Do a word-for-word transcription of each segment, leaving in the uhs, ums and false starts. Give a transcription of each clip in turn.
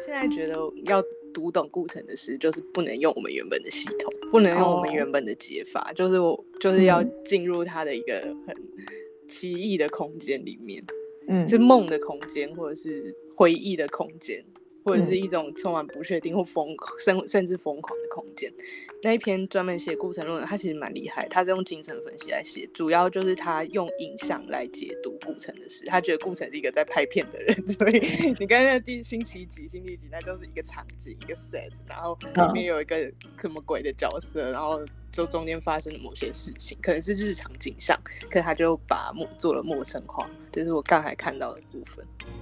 现在觉得要读懂顾城的诗，就是不能用我们原本的系统，不能用我们原本的解法， oh. 就是我就是要进入他的一个很奇异的空间里面，嗯，是梦的空间，或者是回忆的空间，或者是一种充满不确定或疯甚甚至疯狂的空间。那一篇专门写顾城论的，他其实蛮厉害，他是用精神分析来写，主要就是他用影像来解读顾城的诗。他觉得顾城是一个在拍片的人，所以你刚才第星期几星期几，那就是一个场景一个 set， 然后里面有一个什么鬼的角色，然后就中间发生的某些事情，可能是日常景象，可是他就把做了陌生化，这是我刚才看到的部分。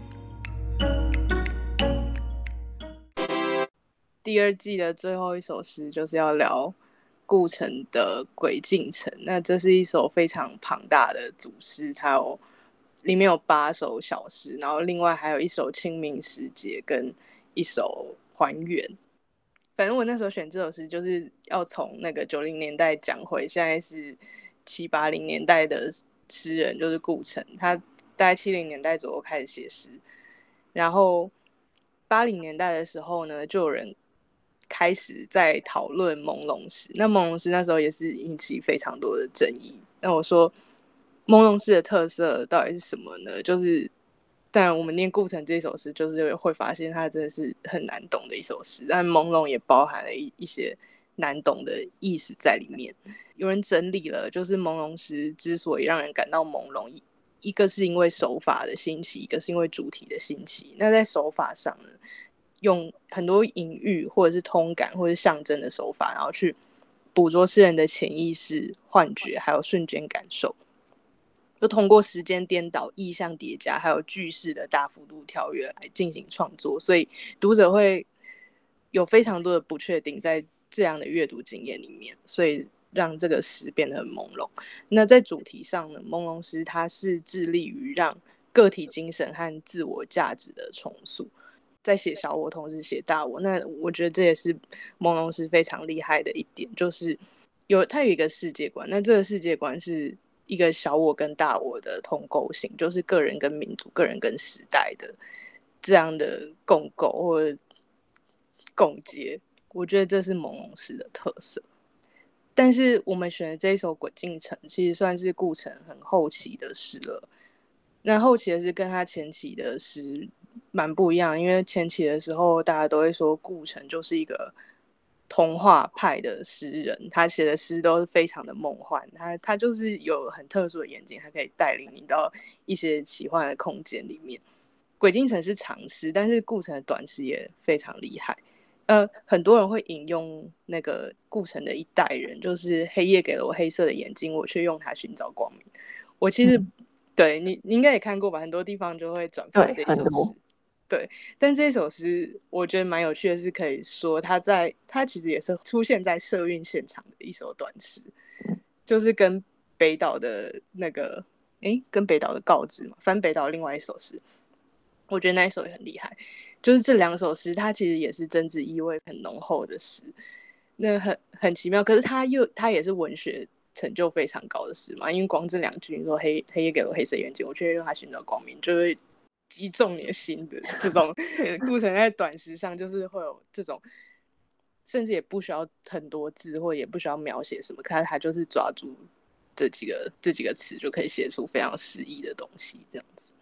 第二季的最后一首诗就是要聊顾城的《鬼镜城》，那这是一首非常庞大的组诗，它有里面有八首小诗，然后另外还有一首清明时节跟一首还原。反正我那时候选这首诗就是要从那个九零年代讲回现在是七八零年代的诗人，就是顾城，他大概七零年代左右开始写诗，然后八零年代的时候呢，就有人开始在讨论朦胧诗，那朦胧诗那时候也是引起非常多的争议。那我说朦胧诗的特色到底是什么呢？就是当然我们念顾城这首诗就是会发现它真的是很难懂的一首诗，但朦胧也包含了一一些难懂的意思在里面。有人整理了就是朦胧诗之所以让人感到朦胧，一个是因为手法的兴起，一个是因为主题的兴起。那在手法上呢，用很多隐喻或者是通感或者是象征的手法，然后去捕捉诗人的潜意识、幻觉还有瞬间感受，就通过时间颠倒、意象叠加还有句式的大幅度跳跃来进行创作，所以读者会有非常多的不确定在这样的阅读经验里面，所以让这个诗变得很朦胧。那在主题上呢，朦胧诗它是致力于让个体精神和自我价值的重塑，在写小我同时写大我。那我觉得这也是朦胧诗非常厉害的一点，就是有它有一个世界观，那这个世界观是一个小我跟大我的同构性，就是个人跟民族、个人跟时代的这样的共构或者共结，我觉得这是朦胧诗的特色。但是我们选的这一首《鬼镜城》其实算是顾城很后期的诗了，那后期的诗跟他前期的诗蛮不一样，因为前期的时候大家都会说顾城就是一个童话派的诗人，他写的诗都是非常的梦幻， 他, 他就是有很特殊的眼睛，他可以带领你到一些奇幻的空间里面。鬼镜城是长诗，但是顾城的短诗也非常厉害。呃，很多人会引用那个顾城的一代人，就是黑夜给了我黑色的眼睛，我却用它寻找光明。我其实、嗯、对 你, 你应该也看过吧，很多地方就会转发这一首诗。对，但这首诗我觉得蛮有趣的，是可以说它在它其实也是出现在社运现场的一首短诗，就是跟北岛的那个诶跟北岛的告知嘛，翻北岛另外一首诗，我觉得那一首也很厉害。就是这两首诗它其实也是政治意味很浓厚的诗，那很很奇妙，可是它又它也是文学成就非常高的诗嘛，因为光这两句你说 黑, 黑夜给我黑色眼睛，我却用它寻找光明，就会击中你的心的这种顾城在短诗上就是会有这种，甚至也不需要很多字或也不需要描写什么，可是他就是抓住这几个这几个词就可以写出非常诗意的东西这样子。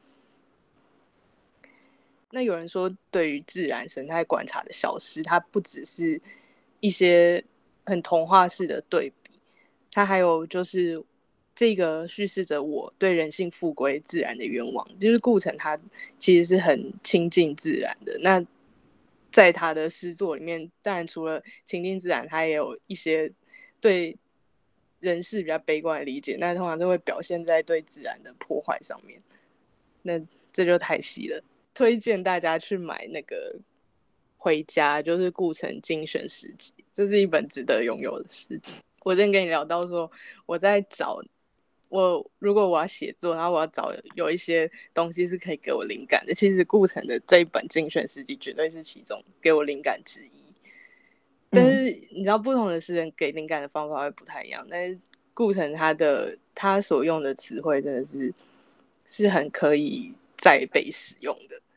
那有人说对于自然生态观察的小诗，它不只是一些很童话式的对比，它还有就是这个叙事者我对人性复归自然的愿望，就是顾城他其实是很亲近自然的。那在他的诗作里面，当然除了亲近自然，他也有一些对人事比较悲观的理解，那通常都会表现在对自然的破坏上面，那这就太细了。推荐大家去买那个回家，就是顾城精选诗集，这是一本值得拥有的诗集。我之前跟你聊到说我在找我如果我要写作，然后我要找有一些东西是可以给我灵感的，其实顾城的这一本精选诗集绝对是其中给我灵感之一。但是你知道不同的诗人给灵感的方法会不太一样，但是顾城他的他所用的词汇真的是是很可以再被使用的。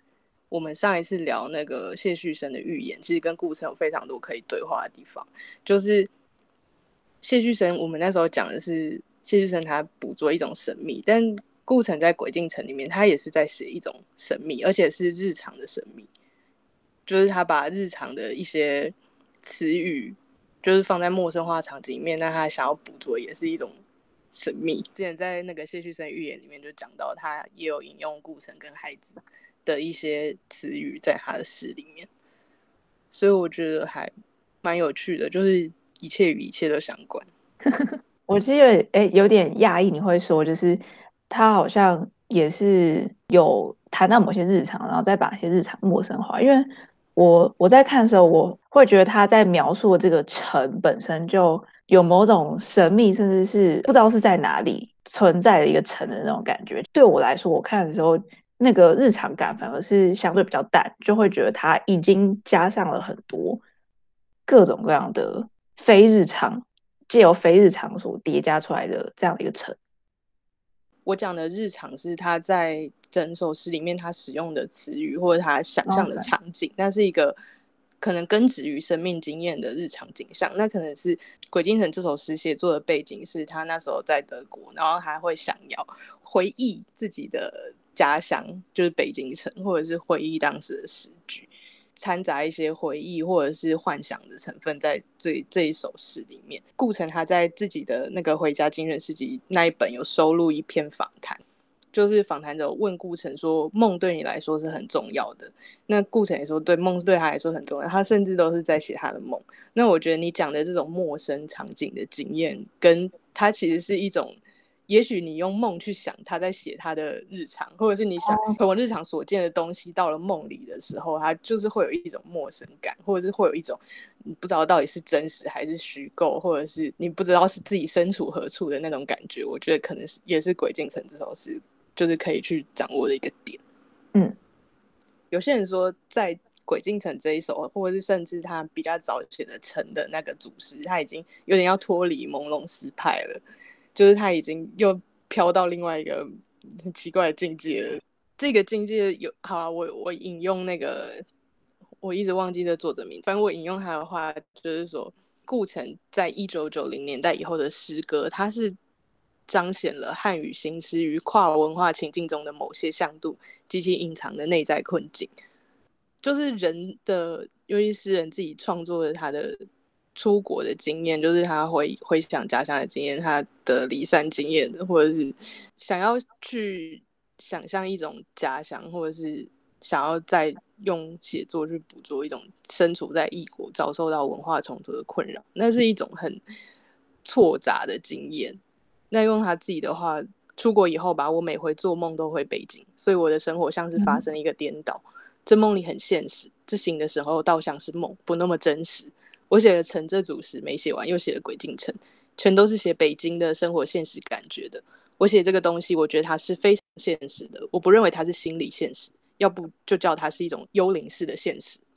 我们上一次聊那个谢旭升的预言，其实跟顾城有非常多可以对话的地方。就是谢旭升，我们那时候讲的是谢旭升他捕捉一种神秘，但顾城在鬼镜城里面，他也是在写一种神秘，而且是日常的神秘。就是他把日常的一些词语，就是放在陌生化场景里面，但他想要捕捉也是一种神秘。之前在那个谢旭升预言里面就讲到，他也有引用顾城跟孩子的一些词语在他的诗里面，所以我觉得还蛮有趣的，就是一切与一切都相关。 我其实诶有点讶异，你会说就是他好像也是有谈到某些日常，然后再把一些日常陌生化。因为我我在看的时候，我会觉得他在描述这个城本身就有某种神秘，甚至是不知道是在哪里存在的一个城的那种感觉。对我来说，我看的时候，那个日常感反而是相对比较淡，就会觉得他已经加上了很多各种各样的非日常。借由非日常所叠加出来的这样的一个城。 我讲的日常是他在整首诗里面他使用的词语或者他想象的 OK， 场景，那是一个可能根植于生命经验的日常景象。那可能是鬼镜城这首诗写作的背景是他那时候在德国，然后还会想要回忆自己的家乡，就是北京城，或者是回忆当时的时局，掺杂一些回忆或者是幻想的成分在这这一首诗里面。顾城他在自己的那个《回家惊人事迹》那一本有收录一篇访谈，就是访谈者问顾城说梦对你来说是很重要的，那顾城也说对，梦对他来说很重要，他甚至都是在写他的梦。那我觉得你讲的这种陌生场景的经验，跟他其实是一种也许你用梦去想他在写他的日常，或者是你想从我日常所见的东西到了梦里的时候，他就是会有一种陌生感，或者是会有一种你不知道到底是真实还是虚构，或者是你不知道是自己身处何处的那种感觉。我觉得可能是也是鬼镜城这首诗就是可以去掌握的一个点。 嗯， 有些人说在鬼镜城这一首，或者是甚至他比较早写的城的那个祖师，他已经有点要脱离朦胧诗派了，就是他已经又飘到另外一个很奇怪的境界了。这个境界有好啊，我我引用那个我一直忘记的作者名，反正我引用他的话，就是说顾城在一九九零年代以后的诗歌，他是彰显了汉语新诗与跨文化情境中的某些向度及其隐藏的内在困境。就是人的，尤其诗人自己创作的他的出国的经验，就是他回回想家乡的经验，他的离散经验，或者是想要去想象一种家乡，或者是想要再用写作去捕捉一种身处在异国遭受到文化冲突的困扰，那是一种很错杂的经验。那用他自己的话，出国以后吧，我每回做梦都回北京，所以我的生活像是发生了一个颠倒。这梦里很现实，这醒的时候倒像是梦，不那么真实。我写了城这组诗没写完，又写了鬼进城，全都是写北京的生活现实感觉的。我写这个东西，我觉得它是非常现实的，我不认为它是心理现实，要不就叫它是一种幽灵式的现实。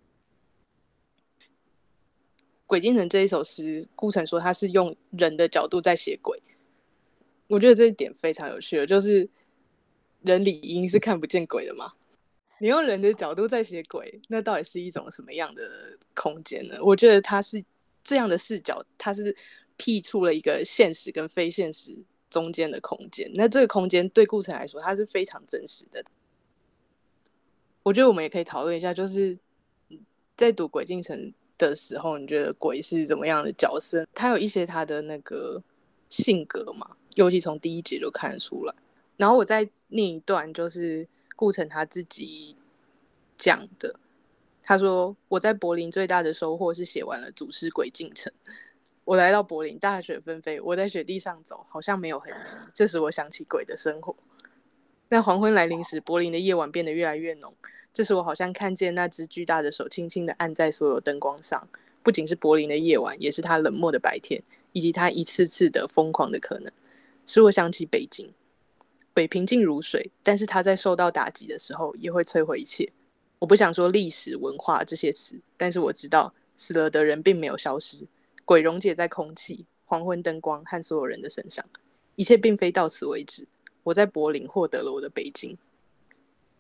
鬼进城这一首诗，顾城说他是用人的角度在写鬼，我觉得这一点非常有趣，就是人理应是看不见鬼的嘛。你用人的角度在写鬼，那到底是一种什么样的空间呢？我觉得它是这样的视角，它是辟出了一个现实跟非现实中间的空间。那这个空间对顾城来说，它是非常真实的。我觉得我们也可以讨论一下，就是在读鬼进城的时候，你觉得鬼是怎么样的角色？他有一些他的那个性格嘛，尤其从第一节就看得出来。然后我再念一段，就是顾城他自己讲的。他说：“我在柏林最大的收获是写完了《祖师鬼进城》。我来到柏林，大雪纷飞，我在雪地上走，好像没有痕迹。这时我想起鬼的生活。但黄昏来临时，柏林的夜晚变得越来越浓。这时我好像看见那只巨大的手轻轻地按在所有灯光上，不仅是柏林的夜晚，也是他冷漠的白天，以及他一次次的疯狂的可能，使我想起北京。北平静如水，但是他在受到打击的时候也会摧毁一切。我不想说历史文化这些词，但是我知道死了的人并没有消失，鬼溶解在空气、黄昏灯光和所有人的身上，一切并非到此为止。我在柏林获得了我的北京。”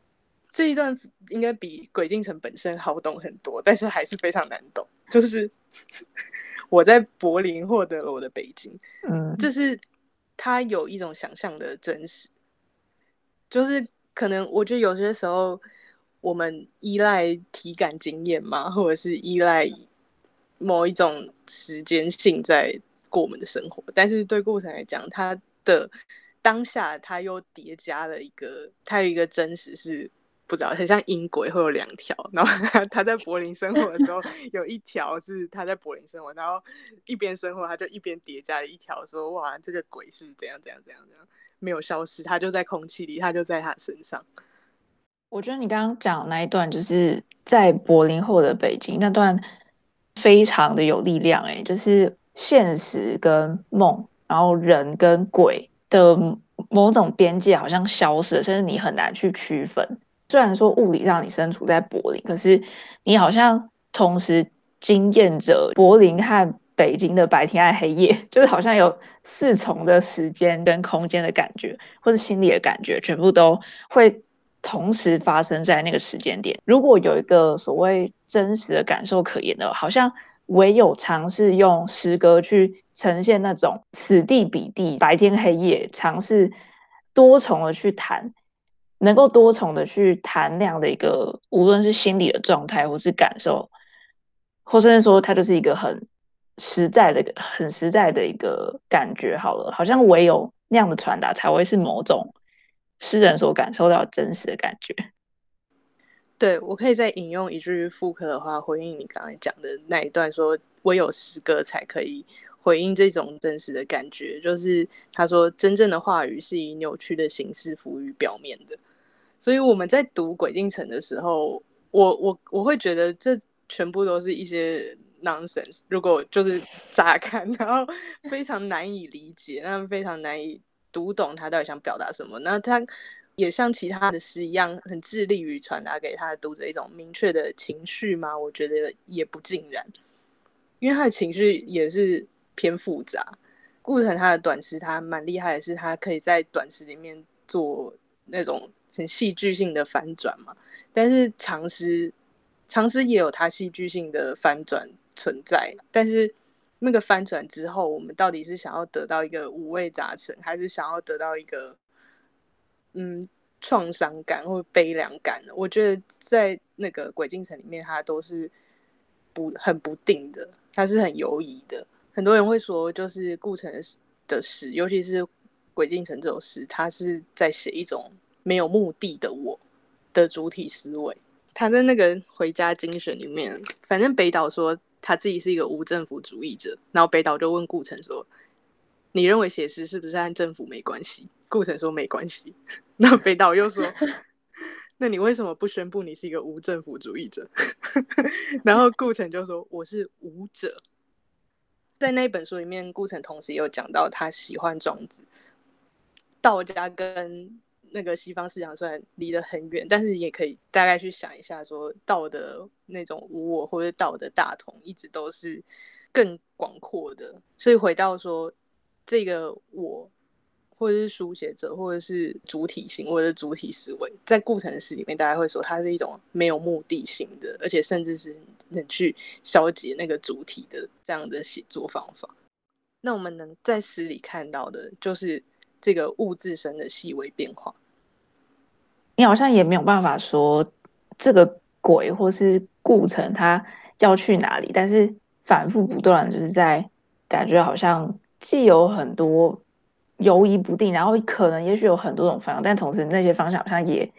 这一段应该比鬼镜城本身好懂很多，但是还是非常难懂。就是我在柏林获得了我的北京， 嗯， 这是他有一种想象的真实，就是可能我觉得有些时候我们依赖体感经验嘛，或者是依赖某一种时间性在过我们的生活，但是对顾城来讲，他的当下他又叠加了一个，他有一个真实是不知道，很像音轨会有两条，然后他在柏林生活的时候，有一条是他在柏林生活，然后一边生活他就一边叠加了一条说哇这个鬼是怎样怎样怎样怎样，没有消失，他就在空气里，他就在他身上。 我觉得你刚刚讲的那一段，就是在柏林后的北京那段，非常的有力量。哎，就是现实跟梦，然后人跟鬼的某种边界好像消失了，甚至你很难去区分。虽然说物理上你身处在柏林，可是你好像同时经验着柏林和北京的白天和黑夜，就是好像有四重的时间跟空间的感觉，或是心理的感觉，全部都会同时发生在那个时间点。如果有一个所谓真实的感受可言的，好像唯有尝试用诗歌去呈现那种此地彼地、白天黑夜，尝试多重的去谈，能够多重的去谈那样的一个，无论是心理的状态，或是感受，或甚至说它就是一个很实在的、很实在的一个感觉。好了，好像唯有那样的传达，才会是某种诗人所感受到真实的感觉。 对，我可以再引用一句傅科的话回应你刚才讲的那一段，说唯有诗歌才可以回应这种真实的感觉，就是他说真正的话语是以扭曲的形式浮于表面的。所以我们在读鬼镜城的时候，我我我会觉得这全部都是一些 nonsense， 如果就是乍看，然后非常难以理解，那非常难以读懂他到底想表达什么。那他也像其他的诗一样，很致力于传达给他的读者一种明确的情绪吗？我觉得也不尽然，因为他的情绪也是偏复杂。顾城他的短诗，他蛮厉害的是，他可以在短诗里面做那种很戏剧性的反转嘛。但是长诗，长诗也有它戏剧性的反转存在，但是那个翻转之后，我们到底是想要得到一个五味杂陈，还是想要得到一个嗯创伤感或悲凉感？我觉得在那个鬼镜城里面，它都是不很不定的，它是很游移的。很多人会说，就是顾城的诗，尤其是鬼镜城这首诗，它是在写一种没有目的的我的主体思维。他在那个回家精选里面，反正北岛说他自己是一个无政府主义者，然后北岛就问顾城说：“你认为写诗是不是和政府没关系？”顾城说没关系。那北岛又说：“那你为什么不宣布你是一个无政府主义者？”然后顾城就说：“我是舞者。”在那本书里面，顾城同时也有讲到他喜欢庄子。道家跟那个西方思想虽然离得很远，但是也可以大概去想一下说，道的那种无我或者道的大同一直都是更广阔的。所以回到说这个我或者是书写者或者是主体性或者是主体思维，在顾城诗里面大家会说它是一种没有目的性的，而且甚至是能去消解那个主体的这样的写作方法。那我们能在诗里看到的就是这个物自身的细微变化。 你好像也没有办法说这个鬼或是顾城他要去哪里，但是反复不断就是在感觉好像既有很多游移不定，然后可能也许有很多种方向，但同时那些方向好像也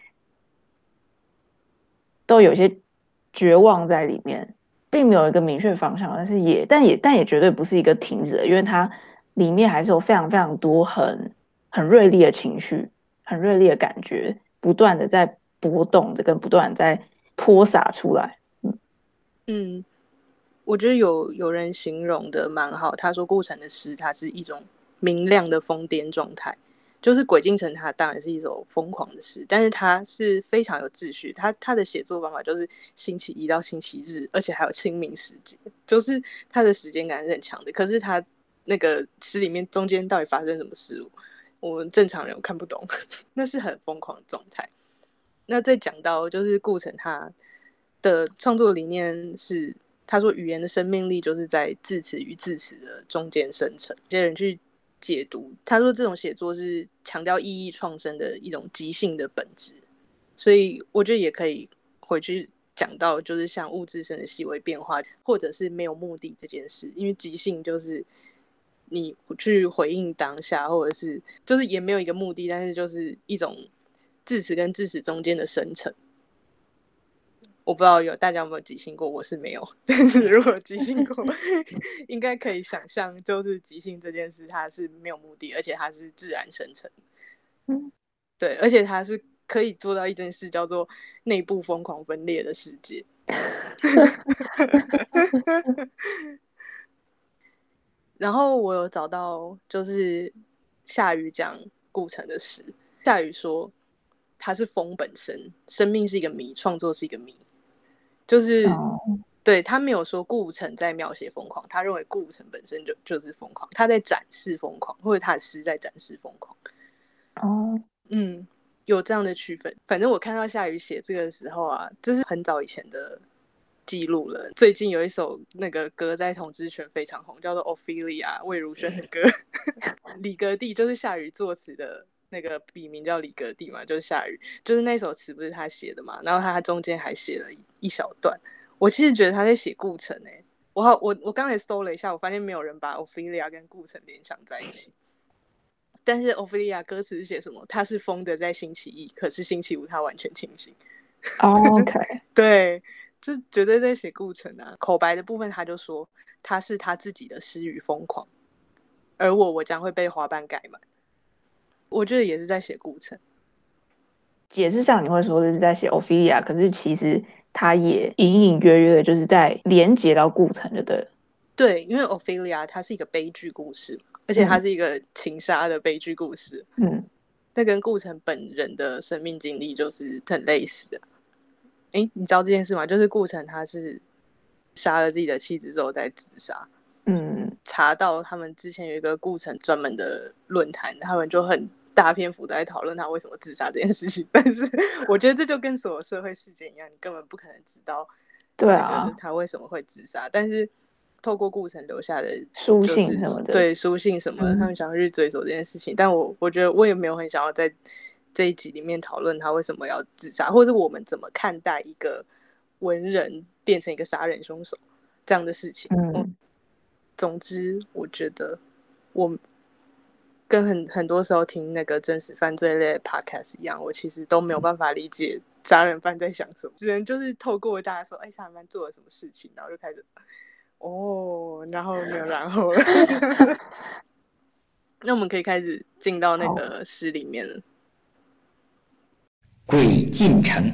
都有一些绝望在里面，并没有一个明确方向，但是也但也但也绝对不是一个停止的，因为它里面还是有非常非常多很很锐利的情绪，很锐利的感觉，不断的在波动着，跟不断在泼洒出来。嗯， 嗯，我觉得有有人形容的蛮好，他说顾城的诗它是一种明亮的疯癫状态。就是鬼镜城它当然是一首疯狂的诗，但是它是非常有秩序，它它的写作方法就是星期一到星期日，而且还有清明时节，就是它的时间感是很强的。可是它那个诗里面中间到底发生什么事，我们正常人看不懂。那是很疯狂的状态。 那再讲到就是顾城他的创作理念是，他说语言的生命力就是在字词与字词的中间生成。有些人去解读，他说这种写作是强调意义创生的一种即兴的本质，所以我觉得也可以回去讲到，就是像物自身的细微变化，或者是没有目的这件事，因为即兴就是你去回应当下，或者是就是也没有一个目的，但是就是一种字词跟字词中间的生成。我不知道有大家有没有即兴过，我是没有，但是如果即兴过应该可以想象，就是即兴这件事它是没有目的，而且它是自然生成。嗯，对，而且它是可以做到一件事叫做内部疯狂分裂的世界。然后我有找到就是夏雨讲顾城的诗，夏雨说他是风本身，生命是一个谜，创作是一个谜，就是、oh. 对，他没有说顾城在描写疯狂，他认为顾城本身就就是疯狂，他在展示疯狂，或者他的诗在展示疯狂。哦、oh. 嗯，有这样的区分。反正我看到夏雨写这个的时候啊，这是很早以前的记录了。最近有一首那个歌在同志圈非常红，叫做 Ophelia 魏如萱的歌。李格弟就是夏雨作词的那个笔名叫李格弟嘛，就是夏雨，就是那首词不是他写的嘛，然后他中间还写了一小段。我其实觉得他在写顾城欸，我好我我刚才搜了一下，我发现没有人把 Ophelia 跟顾城联想在一起。但是 Ophelia 歌词是写什么？他是疯的在星期一，可是星期五他完全清醒。 Oh, OK 对，这绝对在写顾城啊。口白的部分他就说他是他自己的诗与疯狂，而我我将会被花瓣盖满。我觉得也是在写顾城。 解释上你会说这是在写 Ophelia， 可是其实他也隐隐约约的就是在连接到顾城就对了。 对，因为 Ophelia 它是一个悲剧故事，而且它是一个情杀的悲剧故事。嗯，那跟顾城本人的生命经历就是很类似的。哎，你知道这件事吗？就是顾城他是杀了自己的妻子之后再自杀。嗯，查到他们之前有一个顾城专门的论坛，他们就很大篇幅在讨论他为什么自杀这件事情。但是我觉得这就跟所有社会事件一样，你根本不可能知道对啊他为什么会自杀。但是透过顾城留下的书信什么的， 对书信什么的，嗯、他们想要去追索这件事情。但我我觉得我也没有很想要在这一集里面讨论他为什么要自杀，或者我们怎么看待一个文人变成一个杀人凶手这样的事情。嗯，总之我觉得我跟很很多时候听那个真实犯罪类的 podcast 一样，我其实都没有办法理解杀人犯在想什么，只能就是透过大家说哎，杀人犯做了什么事情，然后就开始哦，然后没有然后了。那我们可以开始进到那个诗里面了。 鬼进城，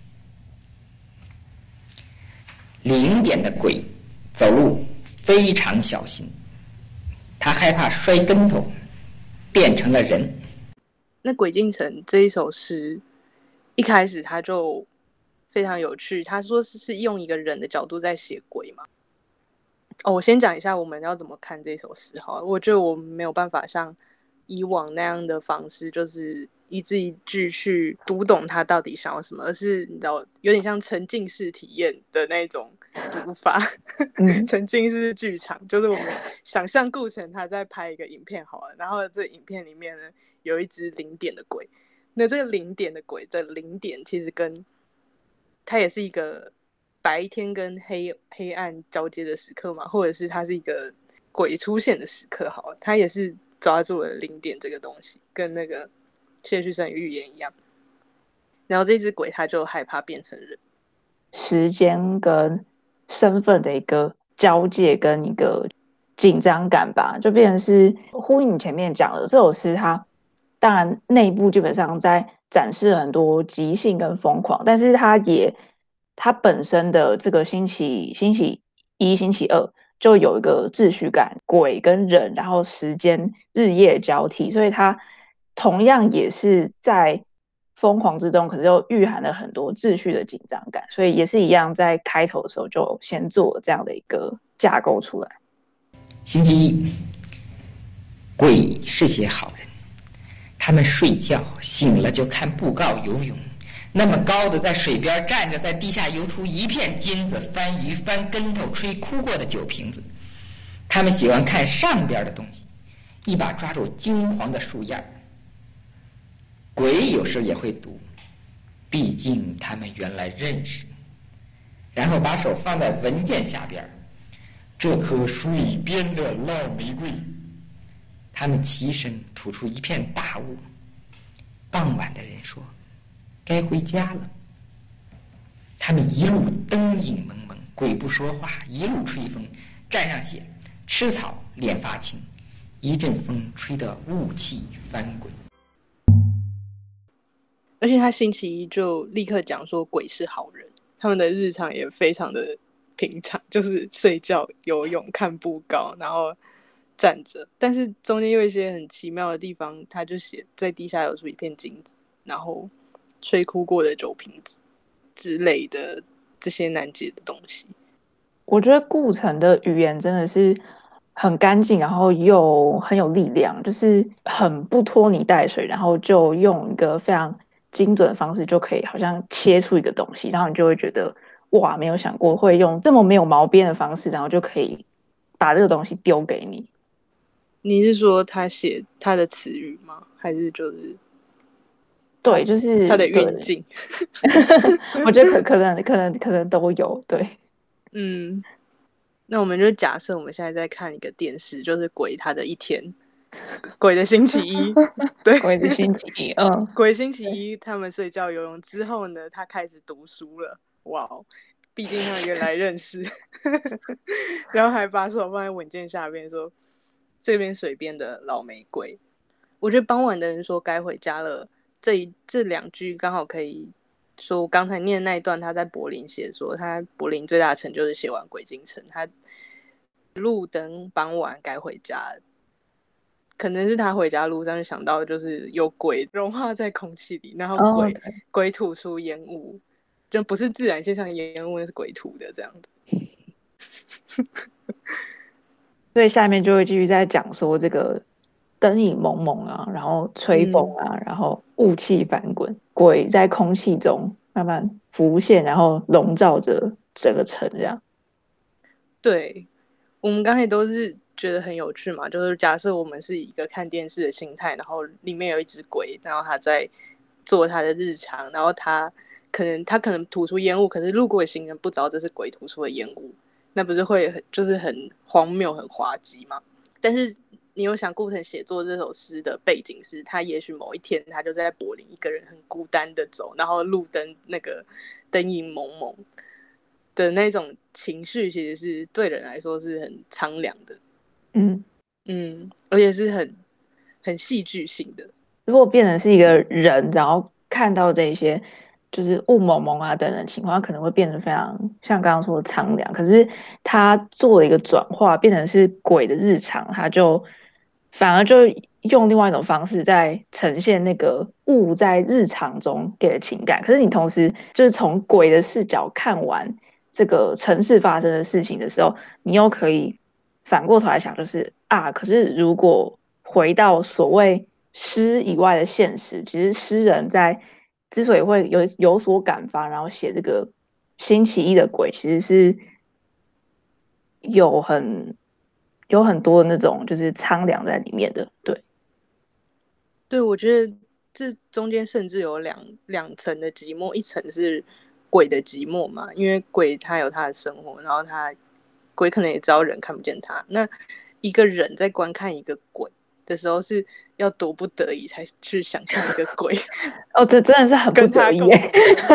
零点的鬼走路非常小心，他害怕摔跟头，变成了人。 那鬼进城这一首诗一开始他就非常有趣，他说是用一个人的角度在写鬼嘛。哦，我先讲一下我们要怎么看这首诗好了。我觉得我们没有办法像以往那样的方式，就是一字一句去读懂他到底想要什么，而是你知道有点像沉浸式体验的那种读法。嗯、沉浸式剧场就是我们想象顾城他在拍一个影片好了，然后这影片里面呢有一只零点的鬼，那这个零点的鬼的零点其实跟它也是一个白天跟 黑, 黑暗交接的时刻嘛，或者是它是一个鬼出现的时刻好了，它也是抓住了零点这个东西，跟那个谢旭升预言一样。然后这只鬼它就害怕变成人， 时间跟身份的一个交界跟一个紧张感吧，就变成是呼应你前面讲的这首诗，它当然内部基本上在展示很多即兴跟疯狂，但是它也它本身的这个星期星期一星期二就有一个秩序感，鬼跟人，然后时间日夜交替，所以它同样也是在疯狂之中，可是又蕴含了很多秩序的紧张感，所以也是一样，在开头的时候就先做这样的一个架构出来。 星期一，鬼是些好人，他们睡觉醒了就看布告游泳， 那么高的在水边站着，在地下游出一片金子，翻鱼、翻跟头、吹哭过的酒瓶子。他们喜欢看上边的东西，一把抓住金黄的树叶。鬼有时也会读，毕竟他们原来认识，然后把手放在文件下边，这棵水边的老玫瑰。他们齐声吐出一片大雾。傍晚的人说该回家了。他们一路灯影蒙蒙，鬼不说话，一路吹风，站上写吃草脸发青，一阵风吹得雾气翻滚。 而且他星期一就立刻讲说鬼是好人，他们的日常也非常的平常，就是睡觉、游泳、看布告，然后站着。但是中间有一些很奇妙的地方，他就写在地下有出一片金子，然后吹哭过的酒瓶子之类的这些难解的东西。 我觉得顾城的语言真的是很干净，然后又很有力量，就是很不拖泥带水，然后就用一个非常精准的方式就可以好像切出一个东西，然后你就会觉得哇，没有想过会用这么没有毛边的方式，然后就可以把这个东西丢给你。 你是说他写他的词语吗？还是就是对，就是他的运镜？ 我觉得可可能可能可能都有。对， 嗯，那我们就假设我们现在在看一个电视，就是鬼他的一天，鬼的星期一，对， 鬼的星期一，嗯， 鬼星期一，他们睡觉游泳之后呢，他开始读书了，哇哦，毕竟他们原来认识，然后还把手放在文件下面说这边水边的老玫瑰。我觉得傍晚的人说该回家了，这一这两句刚好可以说我刚才念的那一段，他在柏林写说他柏林最大的成就是写完鬼进城，他路灯傍晚该回家，可能是他回家路上就想到就是有鬼融化在空气里，然后鬼、 哦、 鬼吐出烟雾，就不是自然现象烟雾，那是鬼吐的这样子。 所以下面就会继续在讲说这个灯影蒙蒙啊，然后吹风啊、嗯、然后雾气翻滚，鬼在空气中慢慢浮现，然后笼罩着整个城这样。 对，我们刚才都是觉得很有趣嘛，就是假设我们是一个看电视的心态，然后里面有一只鬼，然后他在做他的日常，然后他可能他可能吐出烟雾，可是路过的行人不知道这是鬼吐出的烟雾，那不是会很就是很荒谬很滑稽吗？但是你有想顾城写作这首诗的背景是他也许某一天他就在柏林一个人很孤单的走，然后路灯那个灯影蒙蒙的那种情绪，其实是对人来说是很苍凉的， 嗯嗯，而且是很很戏剧性的。 如果变成是一个人，然后看到这些就是雾蒙蒙啊等等情况，可能会变得非常像刚刚说的苍凉。可是他做了一个转化，变成是鬼的日常，他就反而就用另外一种方式在呈现那个雾在日常中给的情感。可是你同时就是从鬼的视角看完这个城市发生的事情的时候，你又可以反过头来想，就是啊，可是如果回到所谓诗以外的现实，其实诗人在之所以会有有所感发，然后写这个星期一的鬼，其实是有很有很多的那种就是苍凉在里面的。对， 对，我觉得这中间甚至有两两层的寂寞，一层是鬼的寂寞嘛，因为鬼他有他的生活，然后他鬼可能也知道人看不见他，那一个人在观看一个鬼的时候是要多不得已才去想象一个鬼哦，这真的是很不得已耶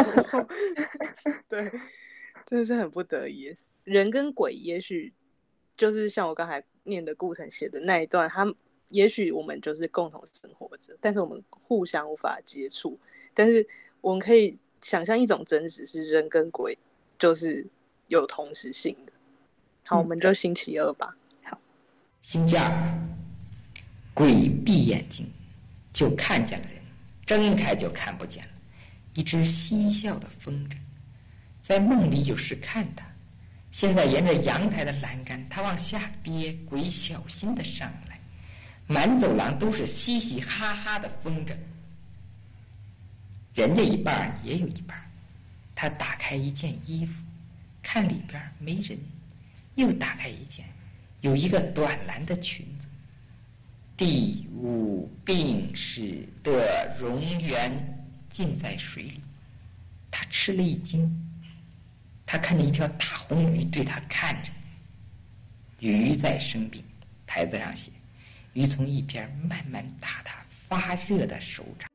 对，真的是很不得已。人跟鬼也许就是像我刚才念的顾城写的那一段，他也许我们就是共同生活着，但是我们互相无法接触，但是我们可以想象一种真实是人跟鬼就是有同时性的。好，我们就星期二吧。 好， 星期二，鬼闭眼睛就看见了人，睁开就看不见了。一只嬉笑的风筝，在梦里有时看它，现在沿着阳台的栏杆，它往下跌，鬼小心的上来，满走廊都是嘻嘻哈哈的风筝。 人这一半也有一半。他打开一件衣服，看里边没人，又打开一件，有一个短蓝的裙子。第五病逝的蝾螈浸在水里，他吃了一惊，他看见一条大红鱼对他看着。鱼在生病，牌子上写，鱼从一边慢慢打他发热的手掌。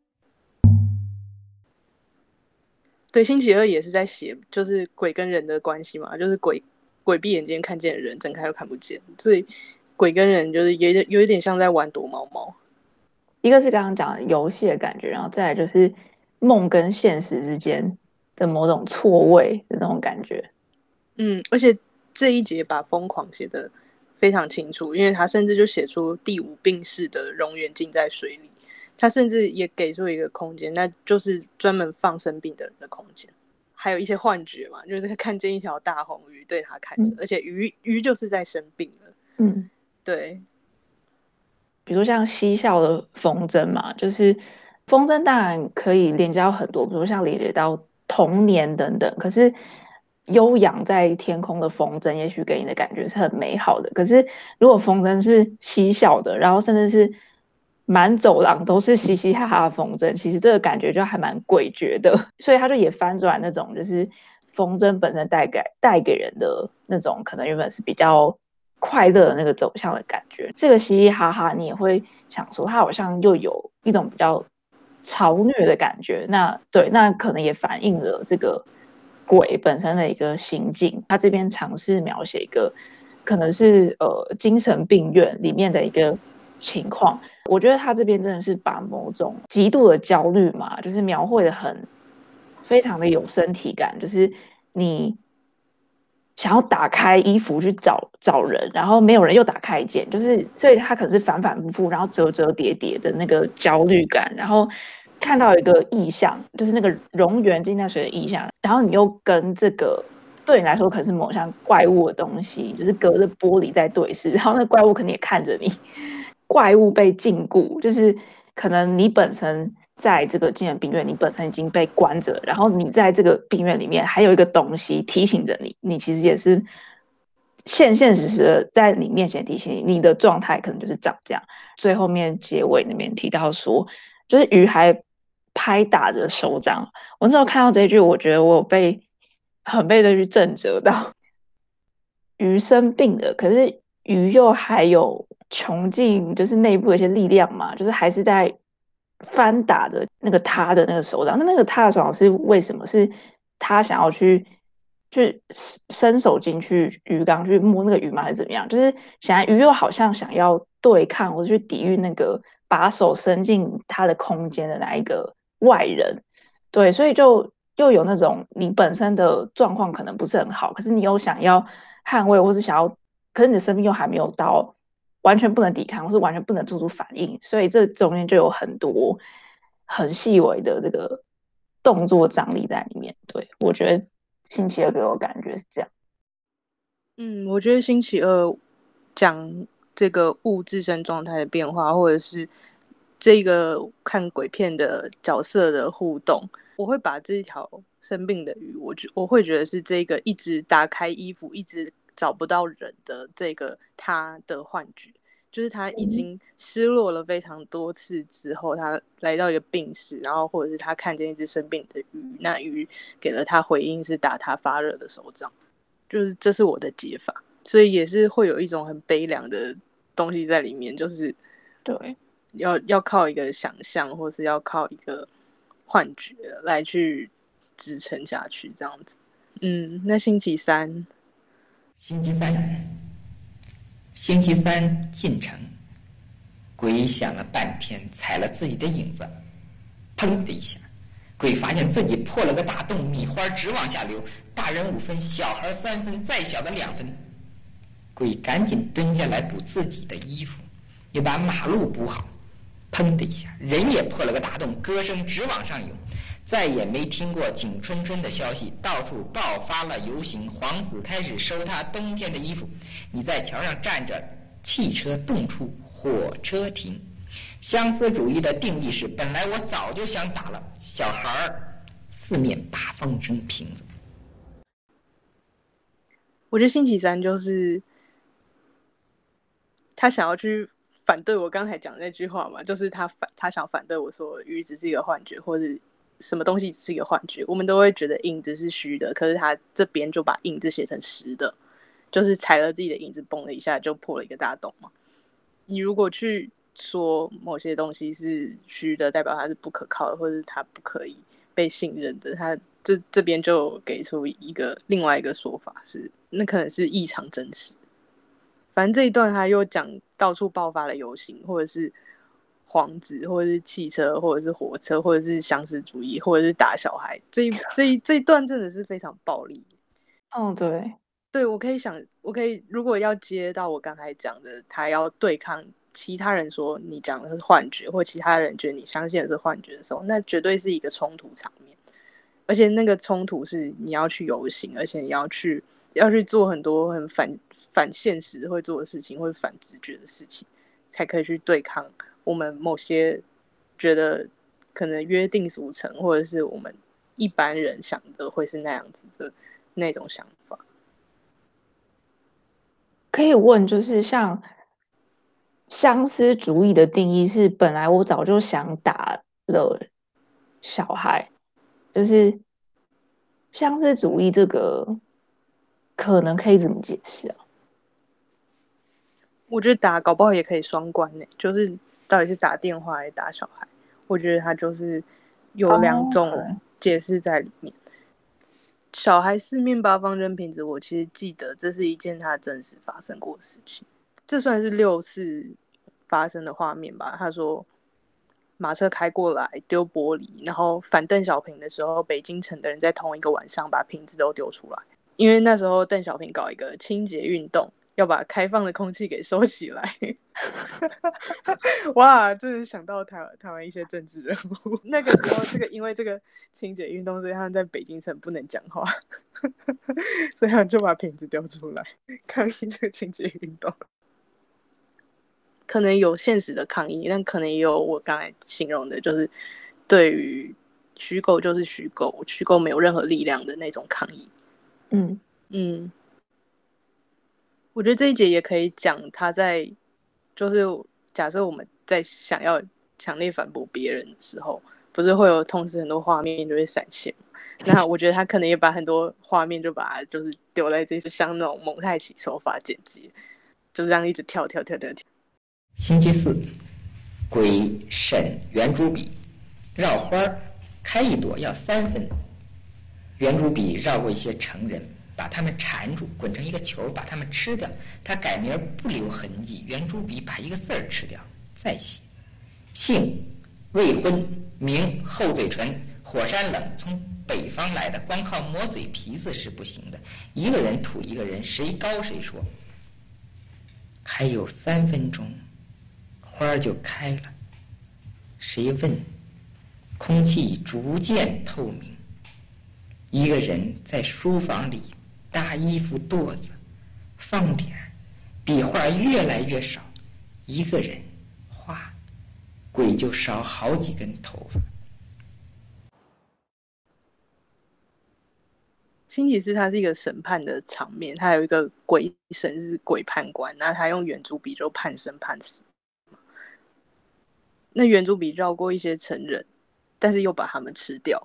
对，星期二也是在写，就是鬼跟人的关系嘛，就是鬼鬼闭眼睛看见人，睁开又看不见，所以鬼跟人就是有有一点像在玩躲猫猫。 一个是刚刚讲的游戏的感觉，然后再来就是梦跟现实之间的某种错位的那种感觉。 嗯，而且这一节把疯狂写得非常清楚，因为他甚至就写出第五病逝的蝾螈浸在水里。他甚至也给出一个空间，那就是专门放生病的人的空间。还有一些幻觉嘛，就是他看见一条大红鱼对他看着、嗯、而且鱼鱼就是在生病了。 嗯， 对。 比如像嬉笑的风筝嘛，就是风筝当然可以连接到很多，比如像连接到童年等等，可是悠扬在天空的风筝也许给你的感觉是很美好的，可是如果风筝是嬉笑的，然后甚至是满走廊都是嘻嘻哈哈的风筝，其实这个感觉就还蛮诡谲的。所以他就也翻转那种就是风筝本身带给带给人的那种可能原本是比较快乐的那个走向的感觉。这个嘻嘻哈哈你也会想说他好像又有一种比较嘲虐的感觉，那对，那可能也反映了这个鬼本身的一个心境。他这边尝试描写一个可能是呃精神病院里面的一个情况，我觉得他这边真的是把某种极度的焦虑嘛，就是描绘的很非常的有身体感，就是你想要打开衣服去找找人，然后没有人又打开一件，就是所以他可是反反复复，然后折折叠叠的那个焦虑感，然后看到一个意象，就是那个蝾螈浸在水的意象，然后你又跟这个对你来说可能是某项怪物的东西，就是隔着玻璃在对视，然后那怪物可能也看着你。怪物被禁锢，就是可能你本身在这个精神病院，你本身已经被关着，然后你在这个病院里面还有一个东西提醒着你，你其实也是现现实实的在你面前提醒你，你的状态可能就是长这样。最后面结尾那边提到说，就是鱼还拍打着手掌。我那时候看到这一句，我觉得我有被很被这句震折到。鱼生病了，可是鱼又还有穷尽就是内部的一些力量嘛，就是还是在翻打着那个他的那个手掌。那那个他的手掌是为什么？是他想要去去伸手进去鱼缸去摸那个鱼吗？还是怎么样？就是显然鱼又好像想要对抗或者去抵御那个把手伸进他的空间的那一个外人。对，所以就又有那种你本身的状况可能不是很好，可是你又想要捍卫或是想要，可是你的生命又还没有到完全不能抵抗或是完全不能做出反应，所以这中间就有很多很细微的这个动作张力在里面。对，我觉得星期二给我感觉是这样。 嗯，我觉得星期二讲这个物自身状态的变化，或者是这个看鬼片的角色的互动，我会把这条生病的鱼，我我会觉得是这个一直打开衣服一直找不到人的这个他的幻觉，就是他已经失落了非常多次之后，他来到一个病室，然后或者是他看见一只生病的鱼，那鱼给了他回应是打他发热的手掌，就是这是我的解法，所以也是会有一种很悲凉的东西在里面，就是对， 要要靠一个想象，或是要靠一个幻觉来去支撑下去，这样子。嗯，那星期三， 星期三，星期三进城，鬼想了半天，踩了自己的影子，砰的一下，鬼发现自己破了个大洞，米花直往下流，大人五分，小孩三分，再小的两分。鬼赶紧蹲下来补自己的衣服，又把马路补好，砰的一下，人也破了个大洞，歌声直往上涌。再也没听过景春春的消息，到处爆发了游行，皇子开始收他冬天的衣服。你在桥上站着，汽车动处，火车停， 相思主义的定义是：本来我早就想打了小孩儿，四面八方扔瓶子。 我觉得星期三就是他想要去反对我刚才讲的那句话嘛，就是他反他想反对我说鱼只是一个幻觉，或者什么东西只是一个幻觉，我们都会觉得影子是虚的，可是他这边就把影子写成实的，就是踩了自己的影子，嘣了一下就破了一个大洞嘛。你如果去说某些东西是虚的，代表它是不可靠的，或者它不可以被信任的，他这这边就给出一个另外一个说法是，那可能是异常真实。反正这一段他又讲到处爆发的游行，或者是皇子，或者是汽车，或者是火车，或者是相似主义，或者是打小孩，这一这一这一段真的是非常暴力。 哦，对， 对，我可以想，我可以如果要接到我刚才讲的，他要对抗其他人说你讲的是幻觉，或其他人觉得你相信的是幻觉的时候，那绝对是一个冲突场面。而且那个冲突是你要去游行，而且你要去要去做很多很反反现实会做的事情，或反直觉的事情，才可以去对抗我们某些觉得可能约定俗成，或者是我们一般人想的会是那样子的那种想法。 可以问，就是像相思主义的定义是，本来我早就想打了小孩，就是相思主义这个可能可以怎么解释啊？ 我觉得打搞不好也可以双关呢，就是到底是打电话还是打小孩，我觉得它就是有两种解释在里面。小孩四面八方扔瓶子，我其实记得这是一件他真实发生过的事情，这算是六四发生的画面吧。他说马车开过来丢玻璃，然后反邓小平的时候，北京城的人在同一个晚上把瓶子都丢出来，因为那时候邓小平搞一个清洁运动，要把开放的空气给收起来。哇，真的想到台湾台湾一些政治人物。那个时候，这个因为这个清洁运动，所以他们在北京城不能讲话，所以他们就把瓶子丢出来抗议这个清洁运动。可能有现实的抗议，但可能也有我刚才形容的，就是对于虚构就是虚构，虚构没有任何力量的那种抗议。 嗯嗯，我觉得这一节也可以讲他在，就是假设我们在想要强烈反驳别人的时候，不是会有同时很多画面就会闪现。那我觉得他可能也把很多画面就把它就是丢在这些像那种蒙太奇手法剪辑，就是这样一直跳跳跳跳跳。 星期四，鬼审圆珠笔，绕花开一朵要三分。圆珠笔绕过一些成人，把他们缠住，滚成一个球，把他们吃掉。他改名不留痕迹，圆珠笔把一个字儿吃掉，再写。姓未婚，名厚嘴唇，火山冷，从北方来的，光靠磨嘴皮子是不行的。一个人吐一个人，谁高谁说。还有三分钟，花儿就开了。谁问？空气逐渐透明。一个人在书房里搭衣服垛子，放点儿，笔画越来越少。一个人画，鬼就少好几根头发。 星期四它是一个审判的场面，它有一个鬼神是鬼判官，那他用圆珠笔就判生判死。那圆珠笔绕过一些成人，但是又把他们吃掉，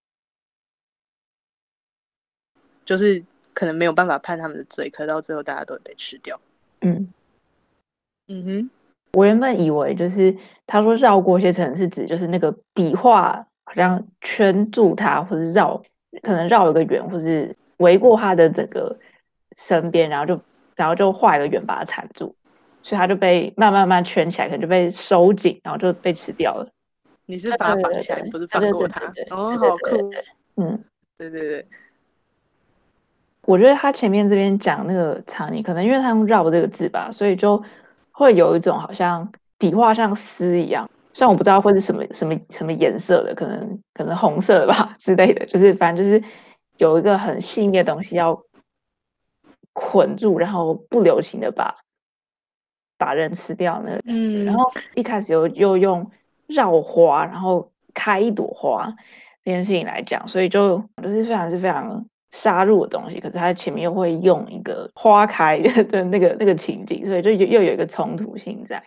就是可能没有办法判他们的罪，可到最后大家都会被吃掉。 嗯嗯哼， 我原本以为就是他说绕过一些成人是指就是那个笔画好像圈住他，或是绕可能绕一个圆，或是围过他的整个身边，然后就然后就画一个圆把它缠住，所以他就被慢慢慢圈起来，可能就被收紧，然后就被吃掉了。 你是把它绑起来，不是放过它。哦，好酷。 嗯， 对对对。 我觉得他前面这边讲那个场景，可能因为他用绕这个字吧，所以就会有一种好像笔画像丝一样，虽然我不知道会是什么什么什么颜色的，可能可能红色的吧之类的，就是反正就是有一个很细腻的东西要捆住，然后不留情的把把人吃掉那个， 嗯， 然后一开始又又用绕花，然后开一朵花这件事情来讲，所以就就是非常是非常杀戮的东西，可是它前面又会用一个花开的那个那个情景，所以就又又有一个冲突性在。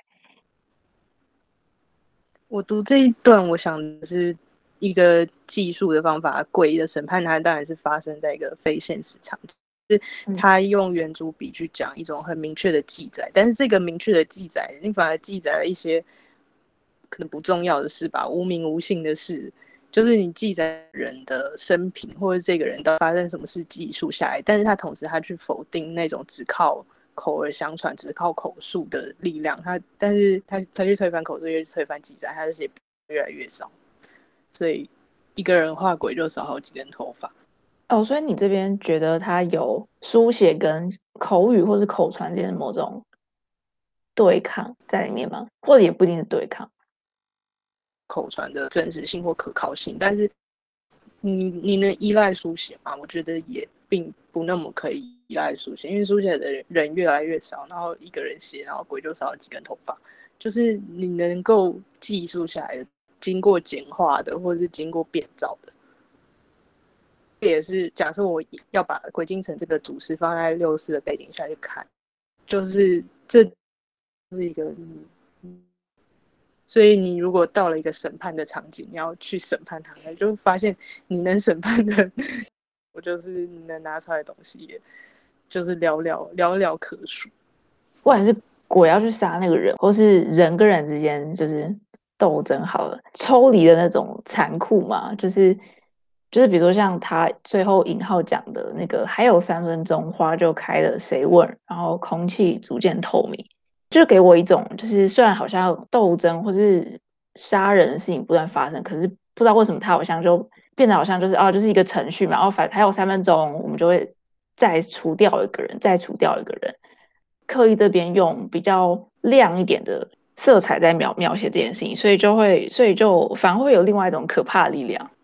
我读这一段，我想的是一个技术的方法，鬼的审判它当然是发生在一个非现实场景，就是他用圆珠笔去讲一种很明确的记载，但是这个明确的记载，你反而记载了一些可能不重要的事吧，无名无姓的事，就是你记载人的生平或者这个人到底发生什么事记述下来，但是他同时他去否定那种只靠口耳相传、只靠口述的力量，他但是他他去推翻口述，又去推翻记载，他这些越来越少，所以一个人画鬼就少好几根头发。 哦，所以你这边觉得他有书写跟口语或是口传之间的某种对抗在里面吗？或者也不一定是对抗， 口传的真实性或可靠性，但是你你能依赖书写吗？我觉得也并不那么可以依赖书写，因为书写的人越来越少，然后一个人写，然后鬼就少了几根头发。就是你能够记述下来的，经过简化的，或者是经过变造的，这也是假设我要把鬼镜城这个主诗放在六四的背景下去看，就是这是一个。嗯所以你如果到了一个审判的场景，你要去审判他，你就发现你能审判的，我就是你能拿出来的东西，也就是寥寥寥寥可数。 不管是鬼要去杀那个人，或是人跟人之间就是斗争，好了，抽离的那种残酷嘛，就是就是比如说像他最后尹浩讲的那个，还有三分钟花就开了，谁问？然后空气逐渐透明。就给我一种，就是虽然好像斗争或是杀人的事情不断发生，可是不知道为什么他好像就变得好像就是哦，就是一个程序嘛，然后反还有三分钟，我们就会再除掉一个人，再除掉一个人，刻意这边用比较亮一点的色彩在描描写这件事情，所以就会，所以就反而会有另外一种可怕的力量。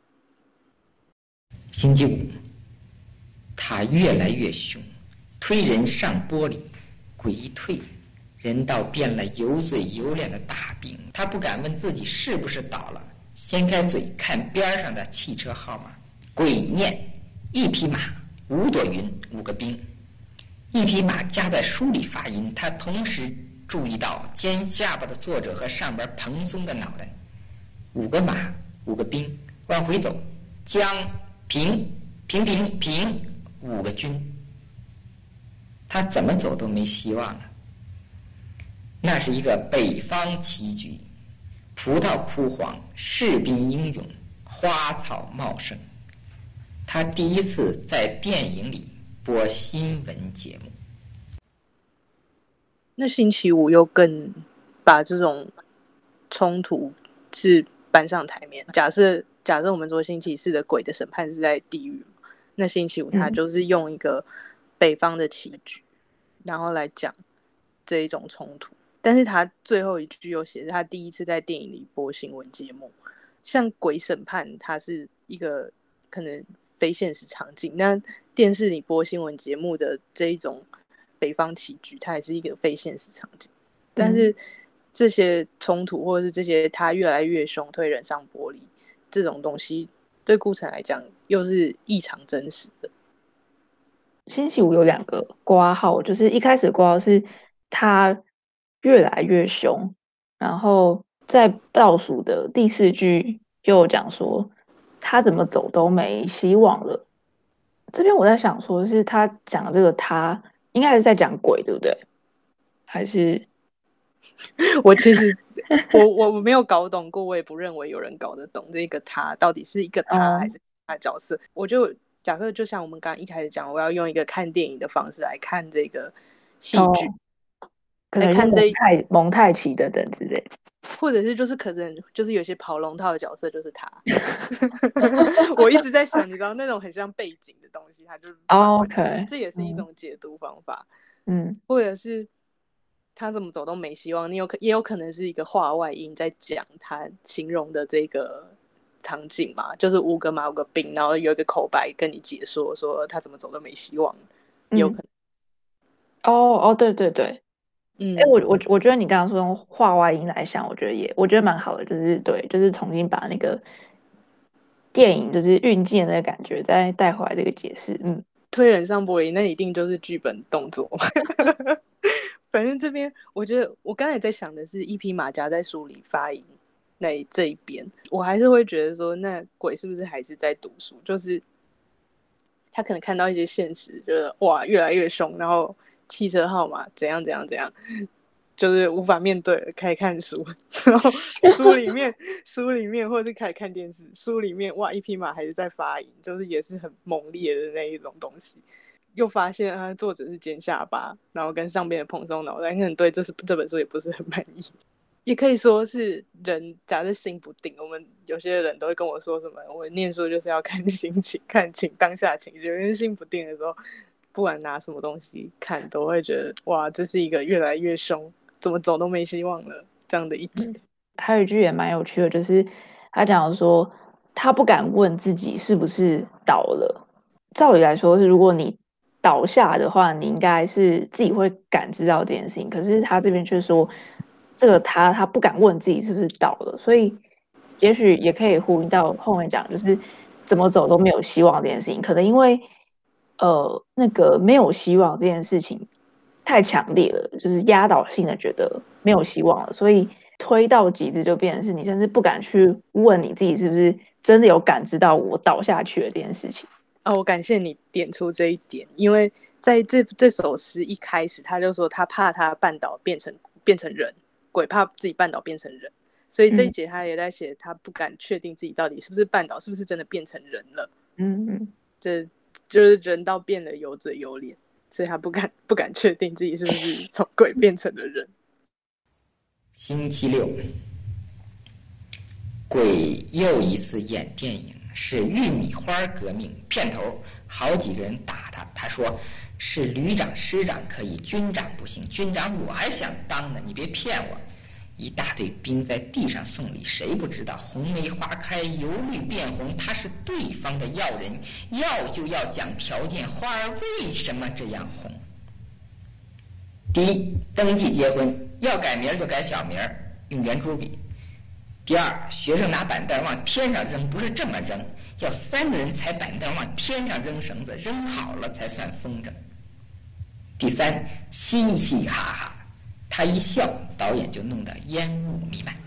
星期五，他越来越凶，推人上玻璃，鬼一退，人倒变了油嘴油脸的大兵。他不敢问自己是不是倒了，掀开嘴看边上的汽车号码。鬼念一匹马，五朵云，五个兵。一匹马夹在书里发音，他同时注意到尖下巴的作者和上边蓬松的脑袋。五个马，五个兵，往回走，将平平平平，五个军。他怎么走都没希望了。那是一个北方棋局，葡萄枯黄，士兵英勇，花草茂盛。他第一次在电影里播新闻节目。 那星期五又更把这种冲突是搬上台面。假设假设我们说星期四的鬼的审判是在地狱，那星期五他就是用一个北方的棋局，然后来讲这一种冲突。但是他最后一句又写是他第一次在电影里播新闻节目。像鬼审判，它是一个可能非现实场景，那电视里播新闻节目的这一种北方棋局，它也是一个非现实场景。但是这些冲突或者是这些他越来越凶推人上玻璃这种东西，对顾城来讲又是异常真实的。 星期五有两个括号，就是一开始括号是他越来越凶，然后在倒数的第四句又讲说他怎么走都没希望了。这边我在想说是他讲这个他应该是在讲鬼对不对？还是我其实我我没有搞懂过，我也不认为有人搞得懂这个他到底是一个他还是他的角色。哦、我就假设就像我们刚刚一开始讲，我要用一个看电影的方式来看这个戏剧。哦可能看这一太蒙太奇的等之类， 或者是就是可能就是有些跑龙套的角色就是他。我一直在想，你知道那种很像背景的东西，他就哦 OK， 这也是一种解读方法。 嗯， 或者是他怎么走都没希望，你有可也有可能是一个话外音在讲他形容的这个场景嘛，就是五个马五个兵，然后有一个口白跟你解说说他怎么走都没希望，也有可能。 嗯、哦哦，对对对。 嗯， 哎、我我我觉得你刚刚说用话外音来想，我觉得也我觉得蛮好的，就是对，就是重新把那个电影就是运镜的那个感觉再带回来这个解释。嗯， 推人上玻璃那一定就是剧本动作。反正这边我觉得我刚才在想的是一匹马甲在书里发音那这一边，我还是会觉得说那鬼是不是还是在读书，就是他可能看到一些现实，觉得哇越来越凶，然后汽车号码怎样怎样怎样，就是无法面对了，开始看书，然后书里面书里面或者是开始看电视，书里面哇一匹马还是在发音，就是也是很猛烈的那一种东西。又发现啊，作者是尖下巴，然后跟上边的蓬松脑袋，可能对这是这本书也不是很满意。也可以说是人假设心不定，我们有些人都会跟我说什么，我念书就是要看心情，看情当下情绪，因为心不定的时候，不管拿什么东西看，都会觉得哇，这是一个越来越凶，怎么走都没希望了这样的一集。 还有一句也蛮有趣的，就是他讲说他不敢问自己是不是倒了。照理来说是，如果你倒下的话，你应该是自己会感知到这件事情。可是他这边却说，这个他他不敢问自己是不是倒了，所以也许也可以呼应到后面讲，就是怎么走都没有希望这件事情。可能因为呃那个没有希望这件事情太强烈了，就是压倒性的觉得没有希望了，所以推到极致就变成是你甚至不敢去问你自己是不是真的有感知到我倒下去的这件事情。 哦，我感谢你点出这一点，因为在这这首诗一开始，他就说他怕他绊倒变成变成人，鬼怕自己绊倒变成人，所以这一节他也在写他不敢确定自己到底是不是绊倒，是不是真的变成人了。 嗯嗯， 这就是人到变得有嘴有脸，所以他不敢不敢确定自己是不是从鬼变成了人。 星期六，鬼又一次演电影，是玉米花革命。片头好几个人打他，他说是旅长师长可以，军长不行，军长我还想当呢，你别骗我。一大队兵在地上送礼，谁不知道红梅花开由绿变红，他是对方的要人，要就要讲条件，花儿为什么这样红？第一，登记结婚要改名就改小名，用圆珠笔。第二，学生拿板凳往天上扔，不是这么扔，要三个人踩板凳往天上扔绳子，扔好了才算风筝。第三，嘻嘻哈哈，他一笑，导演就弄得烟雾弥漫。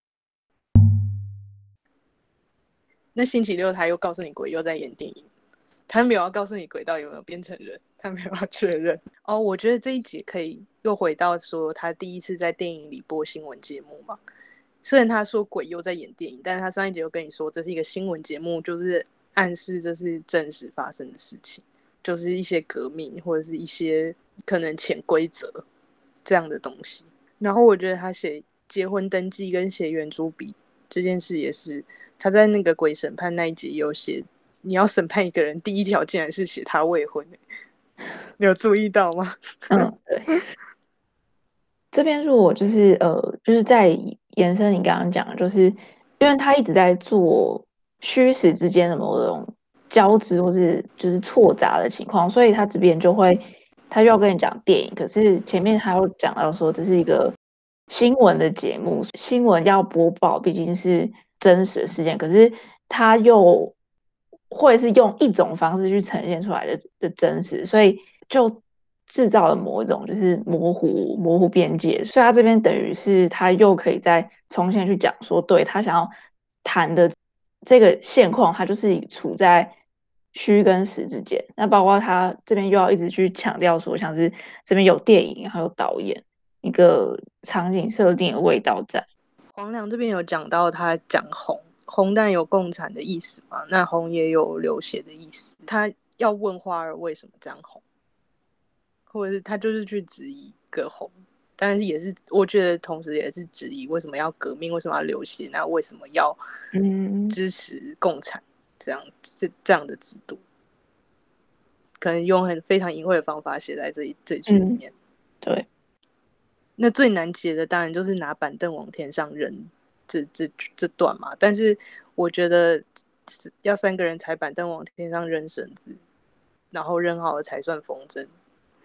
那星期六他又告诉你鬼又在演电影，他没有要告诉你鬼到底有没有变成人，他没有要确认。哦，我觉得这一集可以又回到说他第一次在电影里播新闻节目嘛。虽然他说鬼又在演电影，但是他上一集又跟你说这是一个新闻节目，就是暗示这是真实发生的事情，就是一些革命或者是一些可能潜规则这样的东西。然后我觉得他写结婚登记跟写圆珠笔这件事也是，他在那个鬼审判那一集有写，你要审判一个人第一条竟然是写他未婚，你有注意到吗？ 嗯，对。这边如果就是呃，就是在延伸你刚刚讲的，就是因为他一直在做虚实之间的某种交织或是就是错杂的情况，所以他这边就会他就要跟你讲电影，可是前面他又讲到说这是一个新闻的节目，新闻要播报毕竟是真实的事件，可是他又会是用一种方式去呈现出来的的真实，所以就制造了某一种就是模糊模糊边界，所以他这边等于是他又可以再重新去讲说，对他想要谈的这个现况，他就是处在虚跟实之间。那包括他这边又要一直去强调说，像是这边有电影还有导演一个场景设定的味道在。 黄良这边有讲到他讲红红但有共产的意思嘛，那红也有流血的意思，他要问花儿为什么这样红，或者是他就是去质疑个红，但是也是我觉得同时也是质疑为什么要革命，为什么要流血，那为什么要支持共产这样这这样的制度，可能用很非常隐晦的方法写在这一这句里面、嗯、 对。 那最难解的当然就是拿板凳往天上扔这这这段嘛，但是我觉得要三个人踩板凳往天上扔绳子，然后扔好了才算风筝，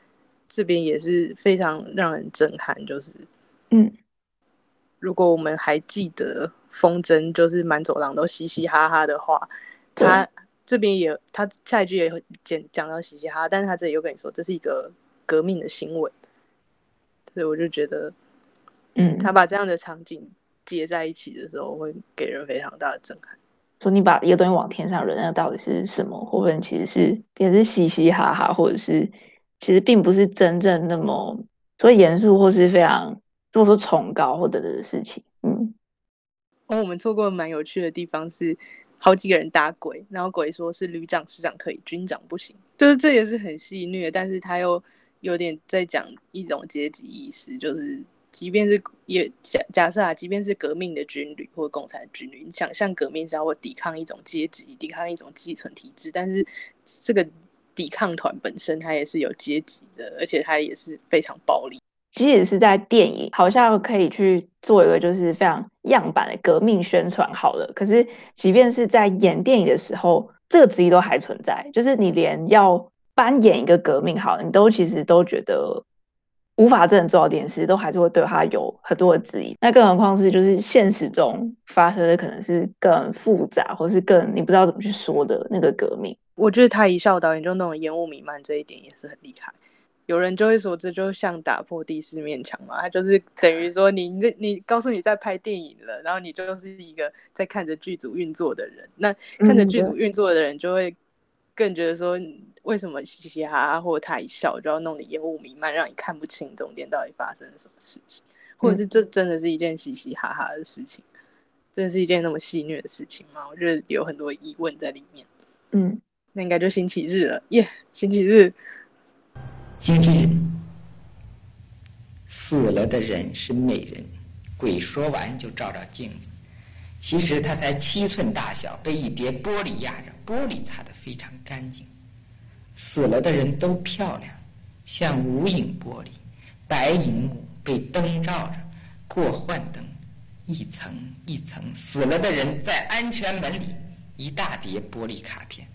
这边也是非常让人震撼，就是嗯， 如果我们还记得风筝就是满走廊都嘻嘻哈哈的话，他这边也他下一句也会讲到嘻嘻哈哈，但是他这里又跟你说这是一个革命的新闻，所以我就觉得， 嗯， 他把这样的场景接在一起的时候，会给人非常大的震撼。 说你把一个东西往天上扔，那到底是什么？会不会其实是也是嘻嘻哈哈，或者是其实并不是真正那么所以严肃或是非常如果说崇高或者的事情。嗯， 哦，我们做过蛮有趣的地方是，好几个人打鬼，然后鬼说是旅长、师长可以，军长不行，就是这也是很戏谑，但是他又有点在讲一种阶级意识，就是即便是也假假设啊，即便是革命的军旅或共产军旅，你想象革命是要抵抗一种阶级，抵抗一种寄存体制，但是这个抵抗团本身它也是有阶级的，而且它也是非常暴力。 其实也是在电影，好像可以去做一个就是非常样板的革命宣传好了。可是即便是在演电影的时候，这个质疑都还存在，就是你连要扮演一个革命好了，你都其实都觉得无法真的做到这件事，都还是会对他有很多的质疑。那更何况是就是现实中发生的可能是更复杂，或是更你不知道怎么去说的那个革命。 我觉得他一笑导演就那种烟雾弥漫这一点也是很厉害。有人就会说这就像打破第四面墙嘛，他就是等于说你你告诉你在拍电影了，然后你就是一个在看着剧组运作的人，那看着剧组运作的人就会更觉得说为什么嘻嘻哈哈或者他一笑就要弄得烟雾弥漫，让你看不清中间到底发生了什么事情，或者是这真的是一件嘻嘻哈哈的事情，真的是一件那么戏谑的事情吗？我觉得有很多疑问在里面。 嗯， 那应该就星期日了耶， yeah, 星期日。 星期日，死了的人是美人，鬼说完就照照镜子，其实它才七寸大小，被一叠玻璃压着，玻璃擦得非常干净。死了的人都漂亮，像无影玻璃，白荧幕被灯照着，过幻灯，一层一层，死了的人在安全门里，一大叠玻璃卡片。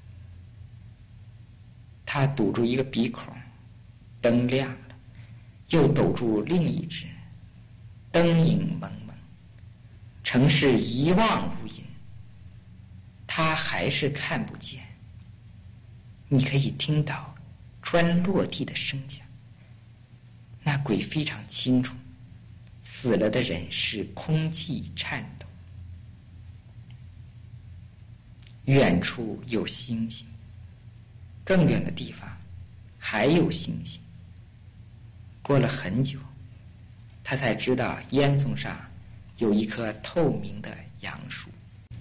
他堵住一个鼻孔，灯亮了，又堵住另一只，灯影蒙蒙，城市一望无垠，他还是看不见。你可以听到砖落地的声响，那鬼非常清楚，死了的人是空气颤抖。远处有星星，更远的地方还有星星。过了很久，他才知道烟囱上有一棵透明的杨树。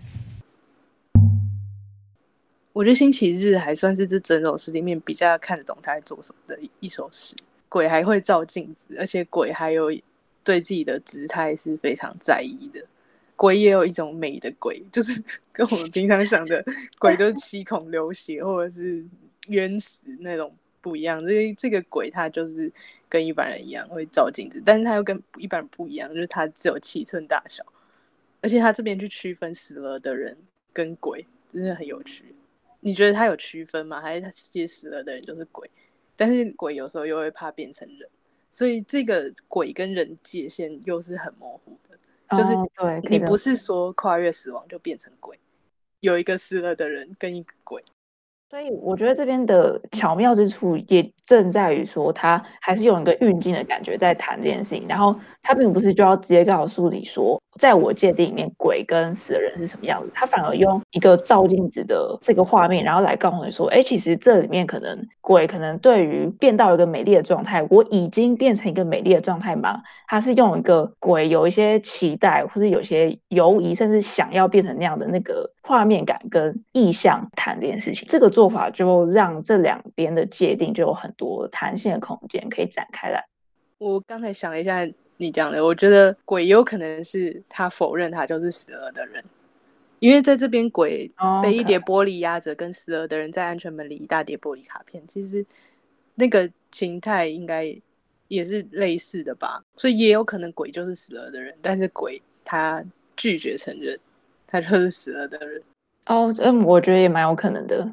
我觉得星期日还算是这整首诗里面比较看得懂他在做什么的一首诗。鬼还会照镜子，而且鬼还有对自己的姿态是非常在意的。鬼也有一种美的鬼，就是跟我们平常想的鬼就是七孔流血或者是冤死那种不一样。这这个鬼他就是跟一般人一样会照镜子，但是他又跟一般人不一样，就是他只有七寸大小，而且他这边去区分死了的人跟鬼，真的很有趣。你觉得他有区分吗？还是他其实死了的人就是鬼，但是鬼有时候又会怕变成人，所以这个鬼跟人界限又是很模糊的。就是你不是说跨越死亡就变成鬼，有一个死了的人跟一个鬼。 所以我觉得这边的巧妙之处也正在于说，他还是用一个运镜的感觉在谈这件事情，然后他并不是就要直接告诉你说，在我界定里面鬼跟死的人是什么样子，他反而用一个照镜子的这个画面，然后来告诉你说，哎，其实这里面可能鬼可能对于变到一个美丽的状态，我已经变成一个美丽的状态吗？他是用一个鬼有一些期待，或是有些犹疑，甚至想要变成那样的那个画面感跟意象谈这件事情。这个做法就让这两边的界定就有很多弹性的空间可以展开来。 我刚才想了一下你讲的，我觉得鬼有可能是他否认他就是死了的人，因为在这边鬼被一叠玻璃压着，跟死了的人在安全门里一大叠玻璃卡片，其实那个形态应该也是类似的吧，所以也有可能鬼就是死了的人，但是鬼他拒绝承认他就是死了的人。 哦，嗯，我觉得也蛮有可能的。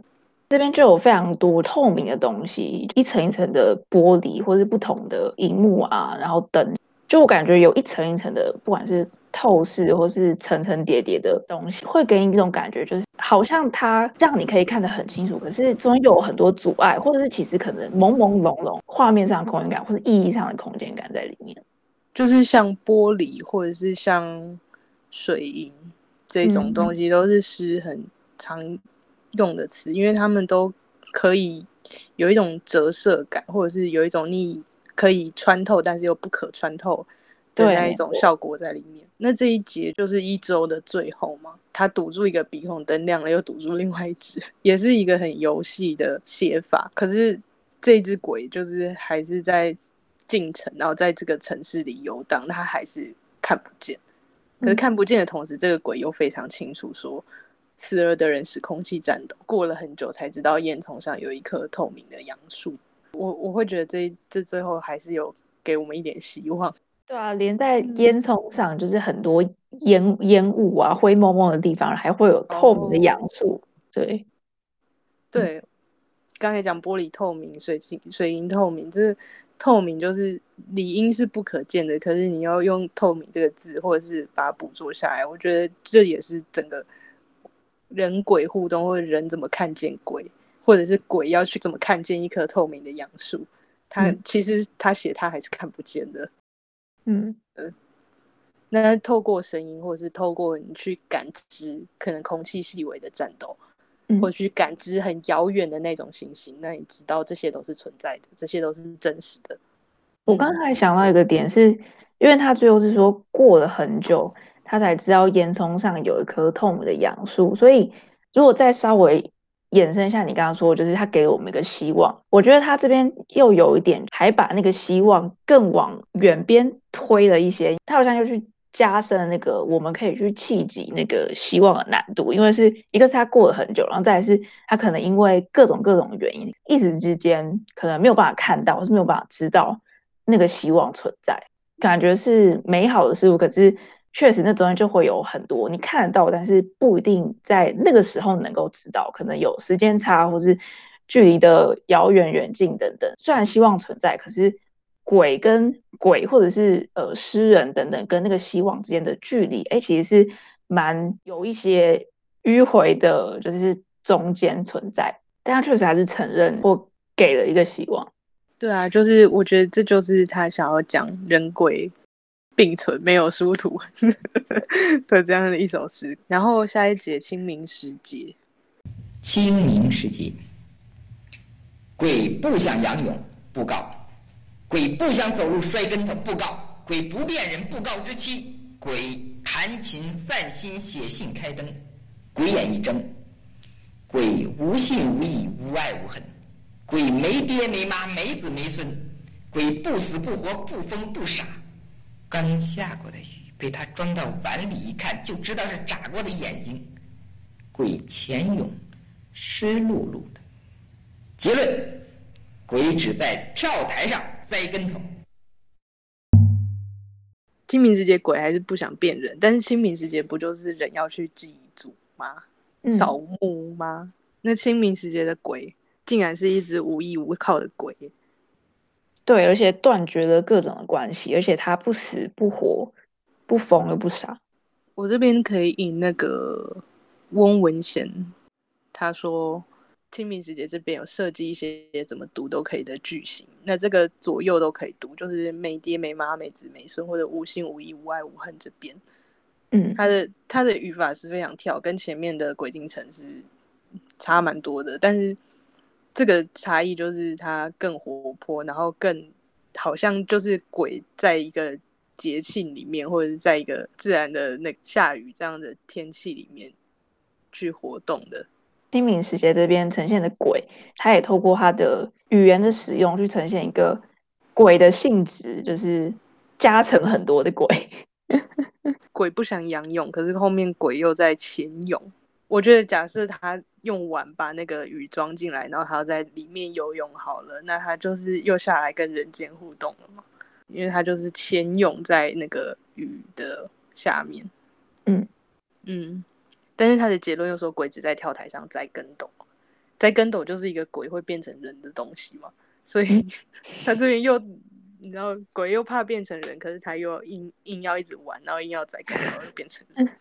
这边就有非常多透明的东西，一层一层的玻璃，或是不同的荧幕啊，然后灯，就我感觉有一层一层的，不管是透视或是层层叠叠的东西，会给你一种感觉，就是好像它让你可以看得很清楚，可是中间又有很多阻碍，或者是其实可能朦朦胧胧，画面上的空间感，或是意义上的空间感在里面。 就是像玻璃或者是像水银这种东西，都是诗很常用的词，因为他们都可以有一种折射感，或者是有一种你可以穿透但是又不可穿透的那一种效果在里面。那这一节就是一周的最后嘛，他堵住一个鼻孔灯亮了，又堵住另外一只，也是一个很游戏的写法。可是这只鬼就是还是在进城，然后在这个城市里游荡，他还是看不见。可是看不见的同时，这个鬼又非常清楚说，死了的人使空气颤抖。过了很久才知道烟囱上有一棵透明的杨树。我我会觉得这这最后还是有给我们一点希望。 对啊，连在烟囱上就是很多烟烟雾啊、灰蒙蒙的地方，还会有透明的杨树。哦、对对，刚才讲玻璃透明、水水银透明，就是透明就是理应是不可见的，可是你要用透明这个字，或者是把它捕捉下来，我觉得这也是整个人鬼互动，或者人怎么看见鬼，或者是鬼要去怎么看见一棵透明的杨树，他、嗯、其实他写他还是看不见的。 嗯， 那透过声音，或者是透过你去感知可能空气细微的颤抖，嗯、或者去感知很遥远的那种星星，那你知道这些都是存在的，这些都是真实的。 我刚才想到一个点是，因为他最后是说过了很久他才知道烟囱上有一棵透明的杨树，所以如果再稍微衍生一下你刚刚说，就是他给了我们一个希望，我觉得他这边又有一点还把那个希望更往远边推了一些，他好像又去加深了那个我们可以去企及那个希望的难度，因为是一个是他过了很久，然后再来是他可能因为各种各种原因一时之间可能没有办法看到，或是没有办法知道那个希望存在，感觉是美好的事物，可是确实那中间就会有很多你看得到，但是不一定在那个时候能够知道，可能有时间差或是距离的遥远远近等等。虽然希望存在，可是鬼跟鬼或者是呃诗人等等跟那个希望之间的距离，哎，其实是蛮有一些迂回的，就是中间存在，但他确实还是承认或给了一个希望。 对啊，就是我觉得这就是他想要讲人鬼并存没有殊途的这样的一首诗。然后下一节清明时节， 清明时节，鬼不想仰泳不告，鬼不想走路摔跟头不告，鬼不辨人不告之妻，鬼弹琴散心写信开灯，鬼眼一睁，鬼无信无义无爱无恨，鬼没爹没妈没子没孙，鬼不死不活不疯不傻，刚下过的雨被他装到碗里一看就知道是眨过的眼睛，鬼潜泳湿漉漉的。结论，鬼只在跳台上栽跟头。 清明时节鬼还是不想变人，但是清明时节不就是人要去祭祖吗？扫墓吗？那清明时节的鬼竟然是一只无依无靠的鬼。 对，而且断绝了各种的关系，而且他不死不活不疯又不傻。 我这边可以引那个翁文贤，他说清明时节这边有设计一些怎么读都可以的句型，那这个左右都可以读，就是没爹没妈没子没孙，或者无信无义无爱无恨这边，嗯，他的他的语法是非常跳，跟前面的鬼进城是差蛮多的，但是这个差异就是它更活泼，然后更好像就是鬼在一个节庆里面，或者是在一个自然的那下雨这样的天气里面去活动的。 清明时节这边呈现的鬼，他也透过他的语言的使用去呈现一个鬼的性质，就是加成很多的鬼。 鬼不想仰泳，可是后面鬼又在潜泳。我觉得假设他用碗把那个雨装进来，然后他要在里面游泳好了，那他就是又下来跟人间互动了嘛，因为他就是潜泳在那个雨的下面。嗯嗯，但是他的结论又说鬼只在跳台上栽跟斗， 在跟斗就是一个鬼会变成人的东西嘛，所以他这边又你知道鬼又怕变成人，可是他又硬硬要一直玩，然后硬要宰跟斗又变成人。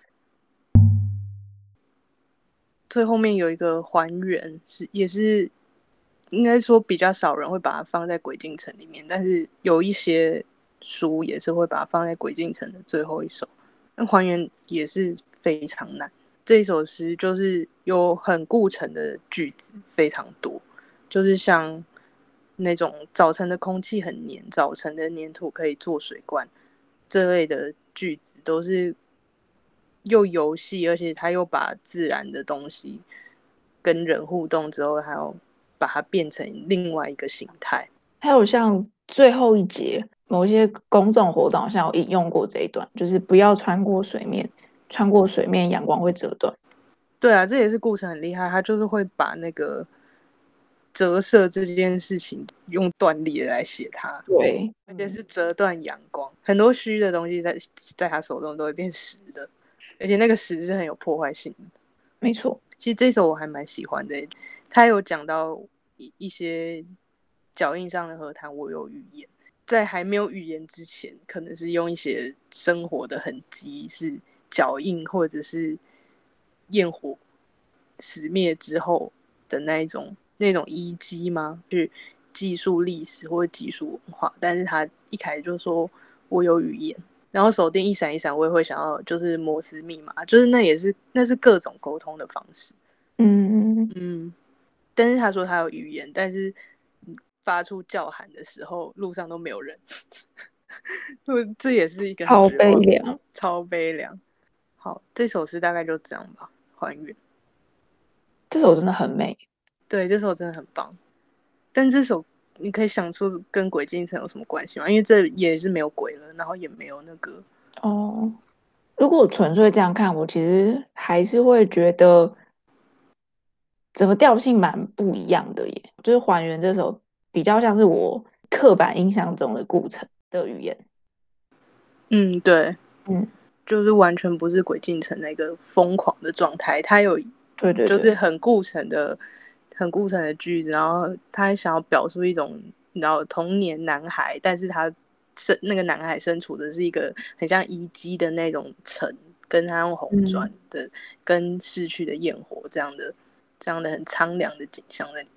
最后面有一个还原是也是应该说比较少人会把它放在鬼镜城里面，但是有一些书也是会把它放在鬼镜城的最后一首，那还原也是非常难。这一首诗就是有很顾城的句子非常多，就是像那种早晨的空气很黏，早晨的黏土可以做水罐这类的句子，都是又游戏，而且他又把自然的东西跟人互动之后，还要把它变成另外一个形态。 还有像最后一节某些公众活动好像有引用过这一段，就是不要穿过水面，穿过水面阳光会折断。 对啊，这也是顾城很厉害，他就是会把那个折射这件事情用断裂来写它。 对， 而且是折断阳光，很多虚的东西在在他手中都会变实的，而且那个实是很有破坏性的。 没错， 其实这首我还蛮喜欢的，他有讲到一些脚印上的河滩，我有语言，在还没有语言之前，可能是用一些生活的痕迹，是脚印或者是焰火死灭之后的那一种那种遗迹吗？去记述历史或者记述文化。但是他一开始就说我有语言，然后手电一闪一闪，我也会想要就是摩斯密码，就是那也是那是各种沟通的方式。 嗯嗯，但是他说他有语言，但是发出叫喊的时候，路上都没有人，这也是一个超悲凉， 超悲凉。好，这首诗大概就这样吧，还原。 这首真的很美， 对，这首真的很棒。但这首你可以想出跟鬼进城有什么关系吗？因为这也是没有鬼了，然后也没有那个哦。如果纯粹这样看，我其实还是会觉得整个调性蛮不一样的耶。就是还原这首比较像是我刻板印象中的顾城的语言。 嗯，对， 嗯， 就是完全不是鬼进城那个疯狂的状态，他有对对对， 就是很顾城的很顾城的句子，然后他想要表述一种你知道童年男孩，但是他身那个男孩身处的是一个很像遗迹的那种城，跟他用红砖的、嗯、跟逝去的焰火这样的这样的很苍凉的景象在里面。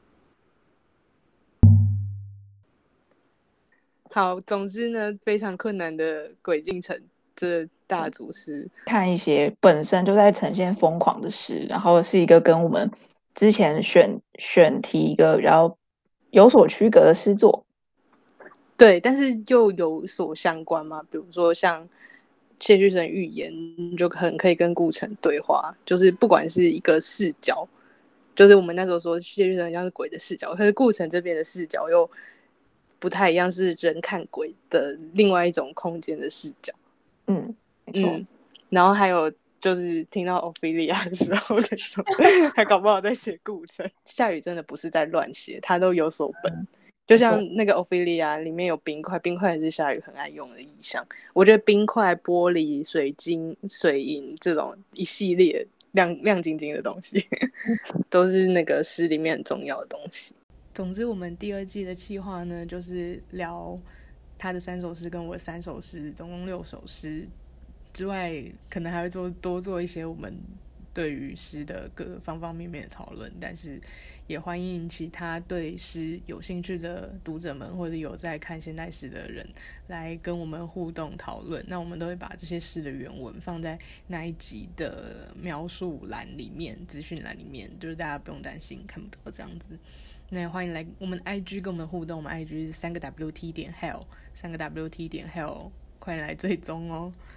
好，总之呢，非常困难的鬼进城这大祖诗， 看一些本身就在呈现疯狂的诗，然后是一个跟我们之前选选题一个比较有所区隔的诗作。 对，但是又有所相关嘛，比如说像谢旭升预言就很可以跟顾城对话，就是不管是一个视角，就是我们那时候说谢旭升像是鬼的视角，可是顾城这边的视角又不太一样，是人看鬼的另外一种空间的视角。 嗯，没错。 嗯，然后还有就是听到 Ophelia 的时候，那种还搞不好在写顾城。夏雨真的不是在乱写，他都有所本。嗯，就像那个 Ophelia 里面有冰块，冰块也是夏雨很爱用的意象。我觉得冰块、玻璃、水晶、水银这种一系列亮亮晶晶的东西，都是那个诗里面很重要的东西。总之，我们第二季的企划呢，就是聊他的三首诗跟我的三首诗，总共六首诗之外，可能还会做多做一些我们对于诗的各方方面面的讨论，但是也欢迎其他对诗有兴趣的读者们，或者有在看现代诗的人来跟我们互动讨论。那我们都会把这些诗的原文放在那一集的描述栏里面、资讯栏里面，就是大家不用担心看不到这样子。那也欢迎来我们 I G 跟我们互动，我们 I G 是三个 W T 点 Hell， 三个 W T 点 Hell， 快点来追踪哦。